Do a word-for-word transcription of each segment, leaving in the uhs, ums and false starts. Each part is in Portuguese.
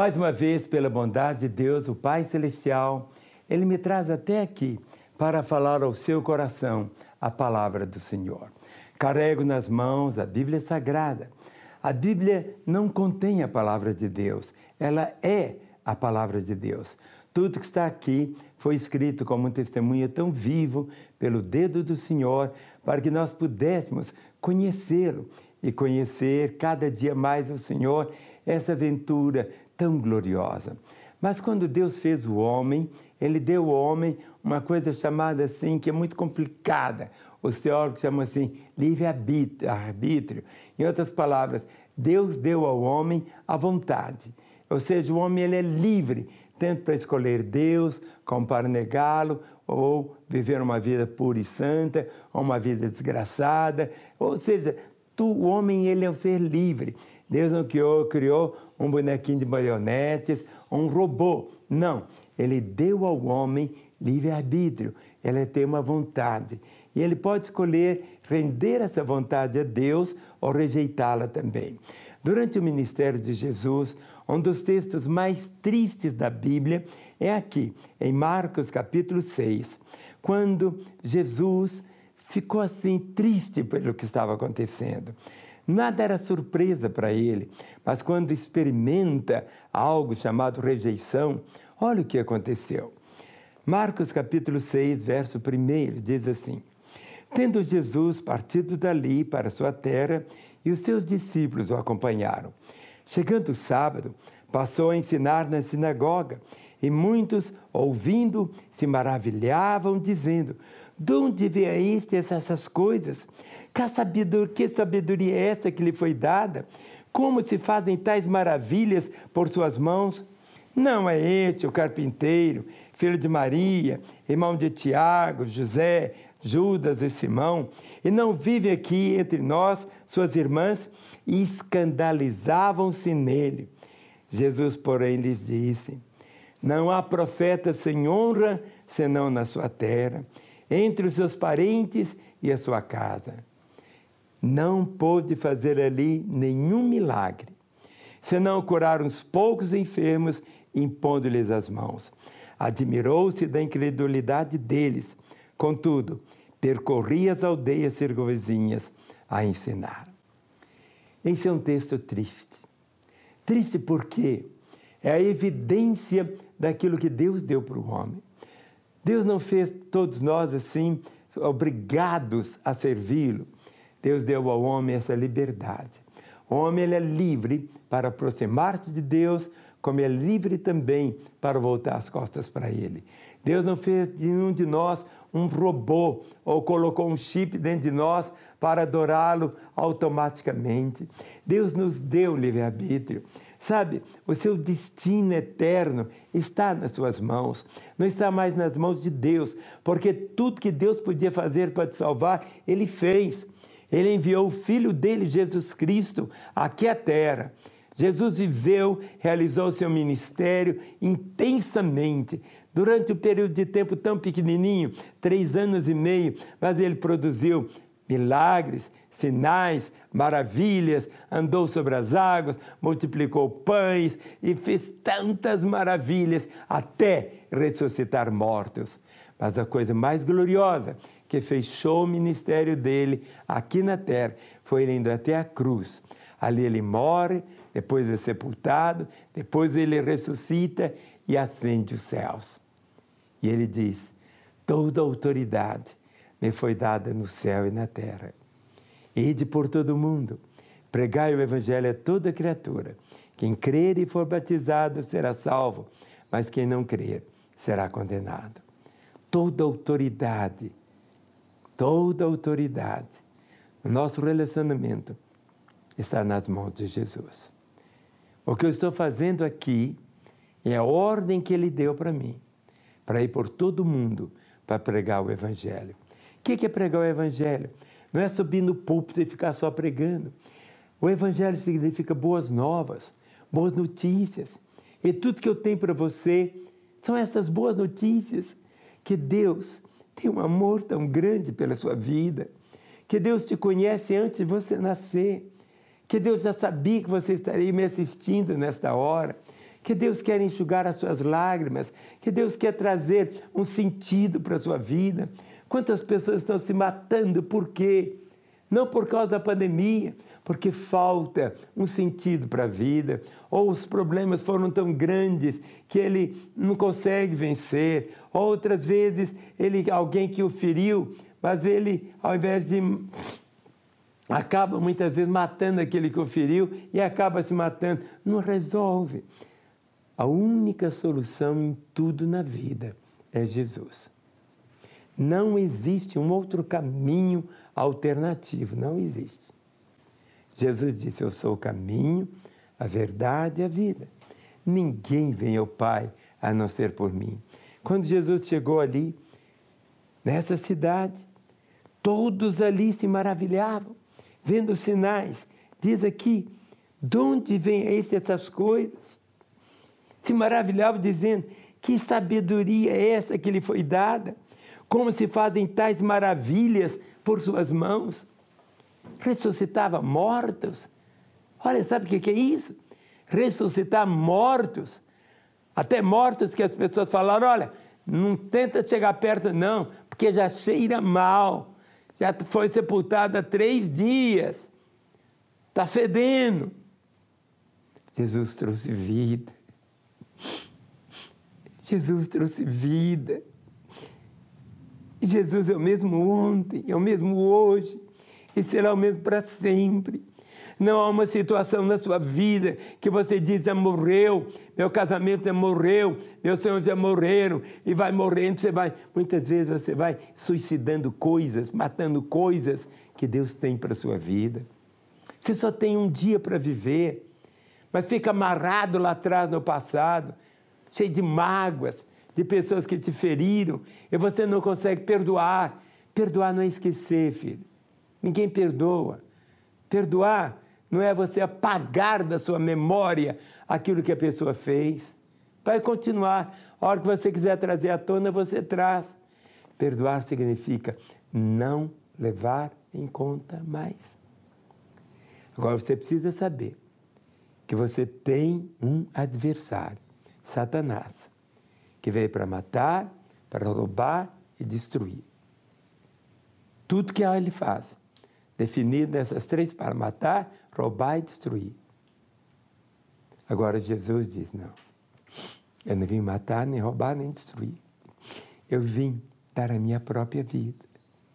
Mais uma vez, pela bondade de Deus, o Pai Celestial, Ele me traz até aqui para falar ao seu coração a palavra do Senhor. Carrego nas mãos a Bíblia Sagrada. A Bíblia não contém a palavra de Deus, ela é a palavra de Deus. Tudo que está aqui foi escrito como um testemunho tão vivo pelo dedo do Senhor, para que nós pudéssemos conhecê-lo e conhecer cada dia mais o Senhor, essa aventura tão gloriosa. Mas quando Deus fez o homem, Ele deu ao homem uma coisa chamada assim, que é muito complicada. Os teólogos chamam assim, livre-arbítrio. Em outras palavras, Deus deu ao homem a vontade. Ou seja, o homem ele é livre, tanto para escolher Deus, como para negá-lo, ou viver uma vida pura e santa, ou uma vida desgraçada. Ou seja, tu, o homem ele é um ser livre. Deus não criou, criou um bonequinho de marionetes, um robô. Não, Ele deu ao homem livre-arbítrio. Ele tem uma vontade. E ele pode escolher render essa vontade a Deus ou rejeitá-la também. Durante o ministério de Jesus, um dos textos mais tristes da Bíblia é aqui, em Marcos capítulo seis, quando Jesus ficou assim triste pelo que estava acontecendo. Nada era surpresa para ele, mas quando experimenta algo chamado rejeição, olha o que aconteceu. Marcos capítulo seis, verso primeiro, diz assim: Tendo Jesus partido dali para sua terra, e os seus discípulos o acompanharam. Chegando o sábado, passou a ensinar na sinagoga, e muitos, ouvindo, se maravilhavam, dizendo: De onde vieste essas coisas? Que sabedoria, que sabedoria é esta que lhe foi dada? Como se fazem tais maravilhas por suas mãos? Não é este o carpinteiro, filho de Maria, irmão de Tiago, José, Judas e Simão? E não vive aqui entre nós suas irmãs? E escandalizavam-se nele. Jesus, porém, lhes disse: Não há profeta sem honra, senão na sua terra, entre os seus parentes e a sua casa. Não pôde fazer ali nenhum milagre, senão curar uns poucos enfermos, impondo-lhes as mãos. Admirou-se da incredulidade deles. Contudo, percorria as aldeias circunvizinhas a ensinar. Esse é um texto triste. Triste porque é a evidência daquilo que Deus deu para o homem. Deus não fez todos nós assim, obrigados a servi-lo. Deus deu ao homem essa liberdade. O homem ele é livre para aproximar-se de Deus, como é livre também para voltar as costas para Ele. Deus não fez de nenhum de nós um robô ou colocou um chip dentro de nós para adorá-lo automaticamente. Deus nos deu livre-arbítrio. Sabe, o seu destino eterno está nas suas mãos, não está mais nas mãos de Deus, porque tudo que Deus podia fazer para te salvar, Ele fez. Ele enviou o Filho dele, Jesus Cristo, aqui à terra. Jesus viveu, realizou seu ministério intensamente, durante um período de tempo tão pequenininho, três anos e meio, mas ele produziu milagres, sinais, maravilhas, andou sobre as águas, multiplicou pães e fez tantas maravilhas até ressuscitar mortos. Mas a coisa mais gloriosa que fechou o ministério dele aqui na terra foi ele indo até a cruz. Ali ele morre, depois é sepultado, depois ele ressuscita e ascende os céus. E ele diz: toda autoridade me foi dada no céu e na terra. Ide por todo o mundo, pregai o evangelho a toda criatura. Quem crer e for batizado será salvo, mas quem não crer será condenado. Toda autoridade, toda autoridade no nosso relacionamento está nas mãos de Jesus. O que eu estou fazendo aqui é a ordem que Ele deu para mim, para ir por todo o mundo para pregar o evangelho. O que é pregar o evangelho? Não é subir no púlpito e ficar só pregando. O evangelho significa boas novas, boas notícias. E tudo que eu tenho para você são essas boas notícias, que Deus tem um amor tão grande pela sua vida, que Deus te conhece antes de você nascer, que Deus já sabia que você estaria me assistindo nesta hora, que Deus quer enxugar as suas lágrimas, que Deus quer trazer um sentido para a sua vida. Quantas pessoas estão se matando, por quê? Não por causa da pandemia, porque falta um sentido para a vida, ou os problemas foram tão grandes que ele não consegue vencer, ou outras vezes ele, alguém que o feriu, mas ele, ao invés de... acaba muitas vezes matando aquele que o feriu e acaba se matando. Não resolve. A única solução em tudo na vida é Jesus. Não existe um outro caminho alternativo, não existe. Jesus disse, eu sou o caminho, a verdade e a vida. Ninguém vem ao Pai a não ser por mim. Quando Jesus chegou ali, nessa cidade, todos ali se maravilhavam, vendo os sinais. Diz aqui, de onde vem essas coisas? Se maravilhavam dizendo, que sabedoria é essa que lhe foi dada? Como se fazem tais maravilhas por suas mãos? Ressuscitava mortos. Olha, sabe o que é isso? Ressuscitar mortos. Até mortos que as pessoas falaram, olha, não tenta chegar perto não, porque já cheira mal. Já foi sepultado há três dias. Está fedendo. Jesus trouxe vida. Jesus trouxe vida. E Jesus é o mesmo ontem, é o mesmo hoje, e será o mesmo para sempre. Não há uma situação na sua vida que você diz, já morreu, meu casamento já morreu, meus sonhos já morreram, e vai morrendo, você vai, muitas vezes você vai suicidando coisas, matando coisas que Deus tem para a sua vida. Você só tem um dia para viver, mas fica amarrado lá atrás no passado, cheio de mágoas, de pessoas que te feriram, e você não consegue perdoar. Perdoar não é esquecer, filho. Ninguém perdoa. Perdoar não é você apagar da sua memória aquilo que a pessoa fez. Vai continuar. A hora que você quiser trazer à tona, você traz. Perdoar significa não levar em conta mais. Agora você precisa saber que você tem um adversário, Satanás, que veio para matar, para roubar e destruir. Tudo que ele faz, definido nessas três, para matar, roubar e destruir. Agora Jesus diz, não, eu não vim matar, nem roubar, nem destruir. Eu vim dar a minha própria vida.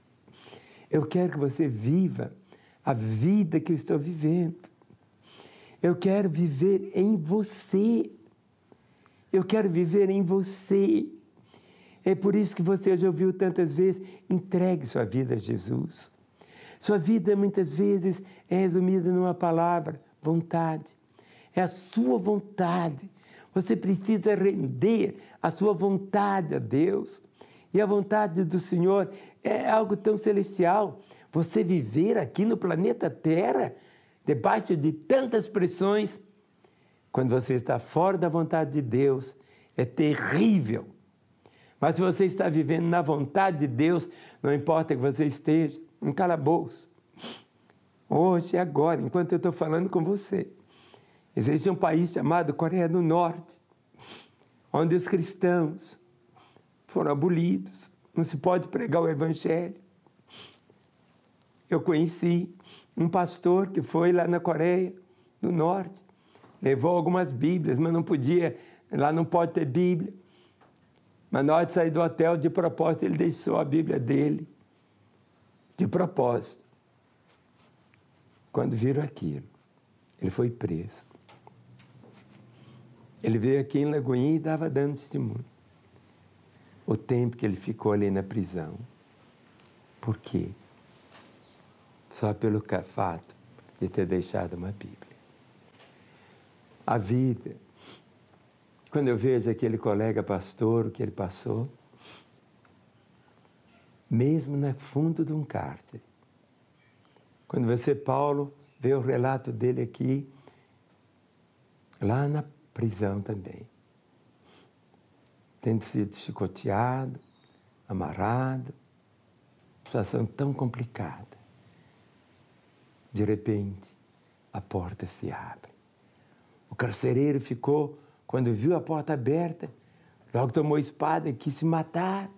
Eu quero que você viva a vida que eu estou vivendo. Eu quero viver em você. Eu quero viver em você. É por isso que você já ouviu tantas vezes, entregue sua vida a Jesus. Sua vida muitas vezes é resumida numa palavra, vontade. É a sua vontade. Você precisa render a sua vontade a Deus. E a vontade do Senhor é algo tão celestial. Você viver aqui no planeta Terra, debaixo de tantas pressões, quando você está fora da vontade de Deus, é terrível. Mas se você está vivendo na vontade de Deus, não importa que você esteja em calabouço. Hoje, agora, enquanto eu estou falando com você, existe um país chamado Coreia do Norte, onde os cristãos foram abolidos, não se pode pregar o Evangelho. Eu conheci um pastor que foi lá na Coreia do Norte, levou algumas Bíblias, mas não podia, lá não pode ter Bíblia. Mas na hora de sair do hotel, de propósito, ele deixou a Bíblia dele, de propósito. Quando viram aquilo, ele foi preso. Ele veio aqui em Lagoinha e estava dando testemunho. O tempo que ele ficou ali na prisão. Por quê? Só pelo fato de ter deixado uma Bíblia. A vida, quando eu vejo aquele colega pastor, o que ele passou, mesmo no fundo de um cárcere. Quando você, Paulo, vê o relato dele aqui, lá na prisão também, tendo sido chicoteado, amarrado, situação tão complicada. De repente, a porta se abre. O carcereiro ficou quando viu a porta aberta, logo tomou a espada e quis se matar.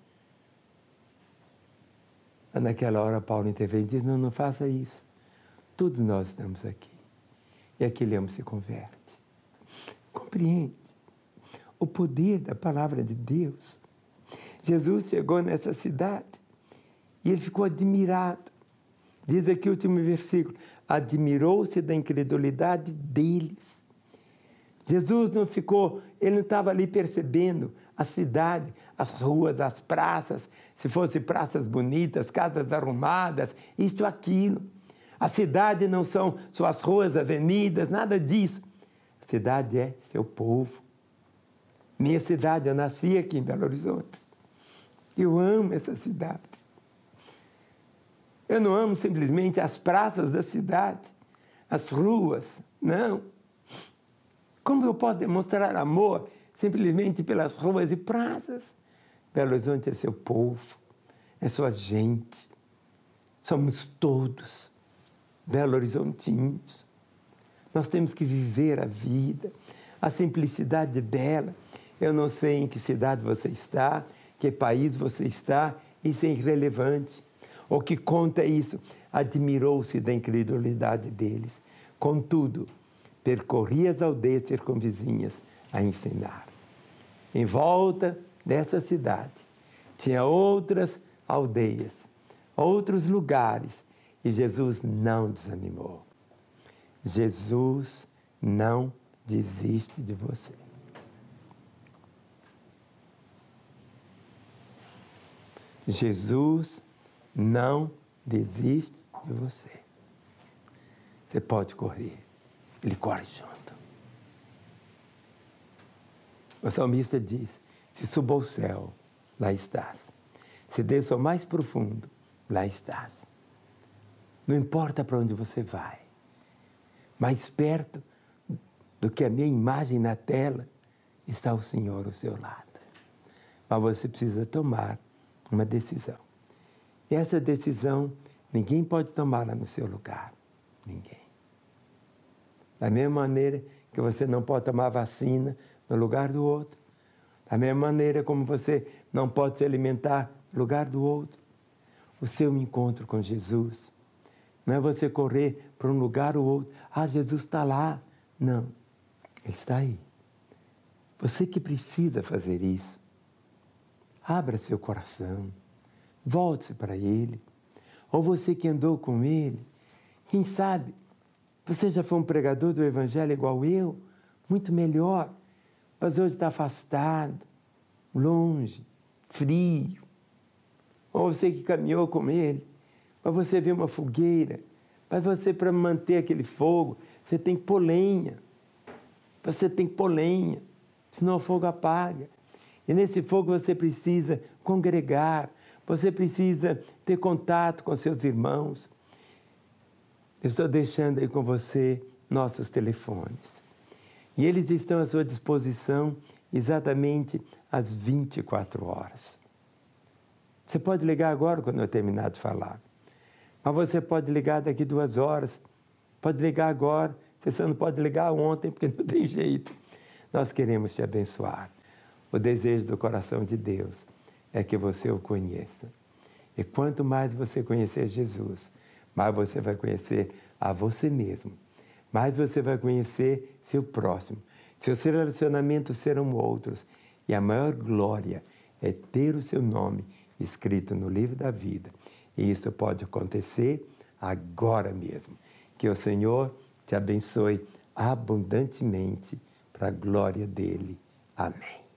Naquela hora, Paulo intervém e diz, não, não faça isso. Todos nós estamos aqui. E aquele homem se converte. Compreende o poder da palavra de Deus. Jesus chegou nessa cidade e ele ficou admirado. Diz aqui o último versículo, admirou-se da incredulidade deles. Jesus não ficou, ele não estava ali percebendo a cidade, as ruas, as praças, se fossem praças bonitas, casas arrumadas, isto, aquilo. A cidade não são suas ruas, avenidas, nada disso. A cidade é seu povo. Minha cidade, eu nasci aqui em Belo Horizonte. Eu amo essa cidade. Eu não amo simplesmente as praças da cidade, as ruas, não. Como eu posso demonstrar amor simplesmente pelas ruas e praças? Belo Horizonte é seu povo, é sua gente. Somos todos Belo Horizontinos. Nós temos que viver a vida, a simplicidade dela. Eu não sei em que cidade você está, que país você está, isso é irrelevante. O que conta é isso, admirou-se da incredulidade deles. Contudo, percorria as aldeias circunvizinhas a ensinar. Em volta dessa cidade, tinha outras aldeias, outros lugares, e Jesus não desanimou. Jesus não desiste de você. Jesus não desiste de você. Você pode correr, ele corre junto. O salmista diz, se subo ao céu, lá estás. Se desço ao mais profundo, lá estás. Não importa para onde você vai, mais perto do que a minha imagem na tela, está o Senhor ao seu lado. Mas você precisa tomar uma decisão. E essa decisão, ninguém pode tomá-la no seu lugar. Ninguém. Da mesma maneira que você não pode tomar vacina no lugar do outro. Da mesma maneira como você não pode se alimentar no lugar do outro. O seu encontro com Jesus não é você correr para um lugar ou outro. Ah, Jesus está lá. Não, Ele está aí. Você que precisa fazer isso. Abra seu coração. Volte-se para Ele. Ou você que andou com Ele. Quem sabe, você já foi um pregador do Evangelho igual eu? Muito melhor. Mas hoje está afastado, longe, frio. Ou você que caminhou com Ele. Mas você vê uma fogueira. Mas você, para manter aquele fogo, você tem que pôr lenha. Você tem que pôr lenha. Senão o fogo apaga. E nesse fogo você precisa congregar. Você precisa ter contato com seus irmãos. Eu estou deixando aí com você nossos telefones. E eles estão à sua disposição exatamente às vinte e quatro horas. Você pode ligar agora quando eu terminar de falar. Mas você pode ligar daqui duas horas. Pode ligar agora. Você não pode ligar ontem, porque não tem jeito. Nós queremos te abençoar. O desejo do coração de Deus é que você o conheça. E quanto mais você conhecer Jesus, mais você vai conhecer a você mesmo. Mais você vai conhecer seu próximo. Seus relacionamentos serão outros. E a maior glória é ter o seu nome escrito no livro da vida. E isso pode acontecer agora mesmo. Que o Senhor te abençoe abundantemente para a glória dele. Amém.